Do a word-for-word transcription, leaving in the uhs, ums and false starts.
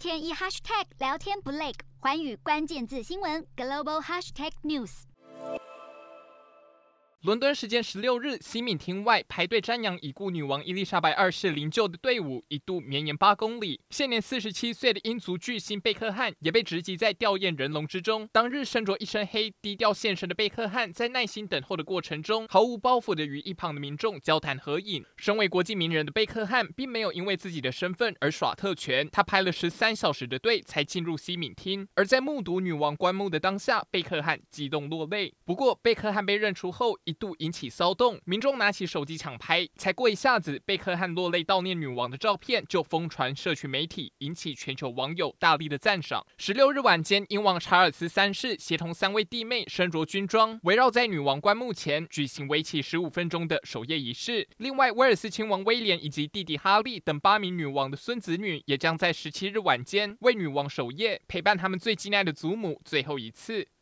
天一 hashtag 聊天不累，寰宇关键字新闻 global hashtag news。 伦敦时间十六日，西敏厅外排队瞻仰已故女王伊丽莎白二世灵柩的队伍一度绵延八公里。现年四十七岁的英足巨星贝克汉也被直击在吊唁人龙之中。当日身着一身黑、低调现身的贝克汉，在耐心等候的过程中，毫无包袱地与一旁的民众交谈合影。身为国际名人的贝克汉，并没有因为自己的身份而耍特权，他排了十三小时的队才进入西敏厅。而在目睹女王棺木的当下，贝克汉激动落泪。不过，贝克汉被认出后，一度引起骚动，民众拿起手机抢拍，才过一下子，贝克汉落泪悼念女王的照片就疯传社群媒体，引起全球网友大力的赞赏。十六日晚间，英王查尔斯三世协同三位弟妹身着军装，围绕在女王棺木前举行为期十五分钟的守夜仪式。另外，威尔斯亲王威廉以及弟弟哈利等八名女王的孙子女也将在十七日晚间为女王守夜，陪伴他们最敬爱的祖母最后一次。